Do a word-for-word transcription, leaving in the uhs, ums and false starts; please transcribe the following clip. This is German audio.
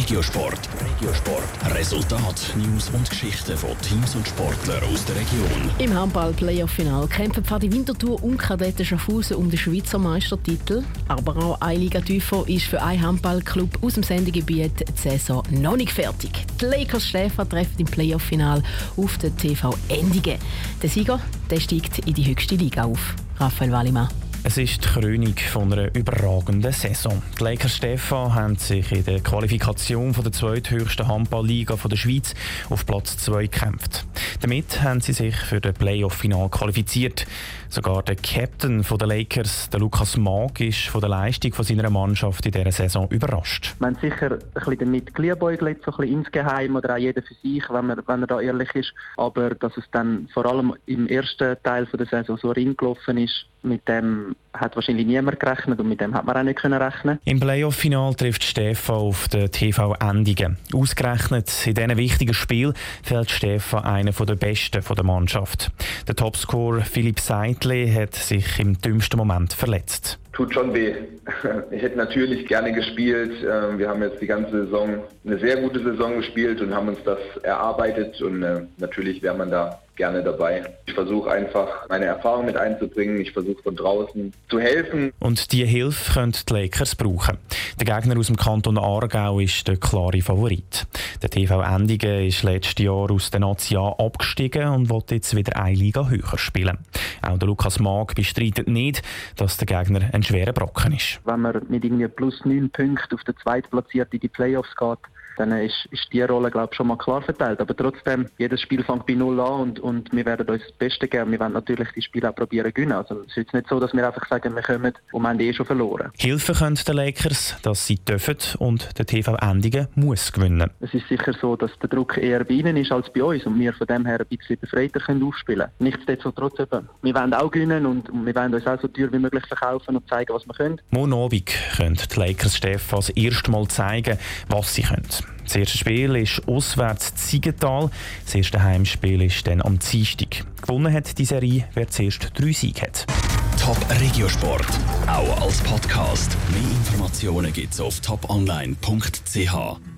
Regiosport. Regiosport. Resultat, News und Geschichten von Teams und Sportlern aus der Region. Im Handball-Playoff-Final kämpfen Pfadi Winterthur und Kadetten Schaffhausen um den Schweizer Meistertitel. Aber auch eine Liga tiefer ist für einen Handballclub aus dem Sendegebiet die Saison noch nicht fertig. Die Lakers Stäfa treffen im Playoff-Final auf den T V Endigen. Der Sieger der steigt in die höchste Liga auf. Raphael Wallimann. Es ist die Krönung von einer überragenden Saison. Die Lakers Stäfa haben sich in der Qualifikation von der zweithöchsten Handballliga der Schweiz auf Platz zwei gekämpft. Damit haben sie sich für das Playoff-Final qualifiziert. Sogar der Captain der Lakers, der Lukas Mag, ist von der Leistung seiner Mannschaft in dieser Saison überrascht. Man hat sicher ein bisschen damit geliebäugelt, so ein bisschen insgeheim oder auch jeder für sich, wenn man, wenn er da ehrlich ist. Aber dass es dann vor allem im ersten Teil der Saison so reingelaufen ist, mit dem hat wahrscheinlich niemand gerechnet und mit dem hat man auch nicht können rechnen. Im Playoff-Final trifft Stäfa auf den T V Endigen. Ausgerechnet in diesem wichtigen Spiel fällt Stäfa einer der Besten der Mannschaft. Der Topscorer Philipp Seidli hat sich im dümmsten Moment verletzt. Tut schon weh. Ich hätte natürlich gerne gespielt. Wir haben jetzt die ganze Saison eine sehr gute Saison gespielt und haben uns das erarbeitet und natürlich wäre man da gerne dabei. Ich versuche einfach meine Erfahrung mit einzubringen. Ich versuche von draußen zu helfen. Und diese Hilfe können die Lakers brauchen. Der Gegner aus dem Kanton Aargau ist der klare Favorit. Der T V Endigen ist letztes Jahr aus der Nazi A abgestiegen und will jetzt wieder eine Liga höher spielen. Auch der Lukas Mag bestreitet nicht, dass der Gegner ein schwerer Brocken ist. Wenn man mit irgendwie plus neun Punkten auf den Zweitplatzierten in die Playoffs geht, dann ist, ist die Rolle, glaube ich, schon mal klar verteilt. Aber trotzdem, jedes Spiel fängt bei null an und, und wir werden uns das Beste geben. Wir werden natürlich die Spiele auch probieren zu gewinnen. Also es ist jetzt nicht so, dass wir einfach sagen, wir kommen und haben eh schon verloren. Helfen können den Lakers, dass sie dürfen und der T V Endigen muss gewinnen. Es ist sicher so, dass der Druck eher bei ihnen ist als bei uns und wir von dem her ein bisschen befreiter können aufspielen. Nichtsdestotrotz eben, wir wollen auch gewinnen und, und wir wollen uns auch so teuer wie möglich verkaufen und zeigen, was wir können. Morgen Abend können die Lakers Stäfa das erste Mal zeigen, was sie können. Das erste Spiel ist auswärts in Ziegenthal. Das erste Heimspiel ist dann am Dienstag. Gewonnen hat die Serie, wer zuerst drei Siege hat. Top Regiosport, auch als Podcast. Mehr Informationen gibt's auf top online punkt c h.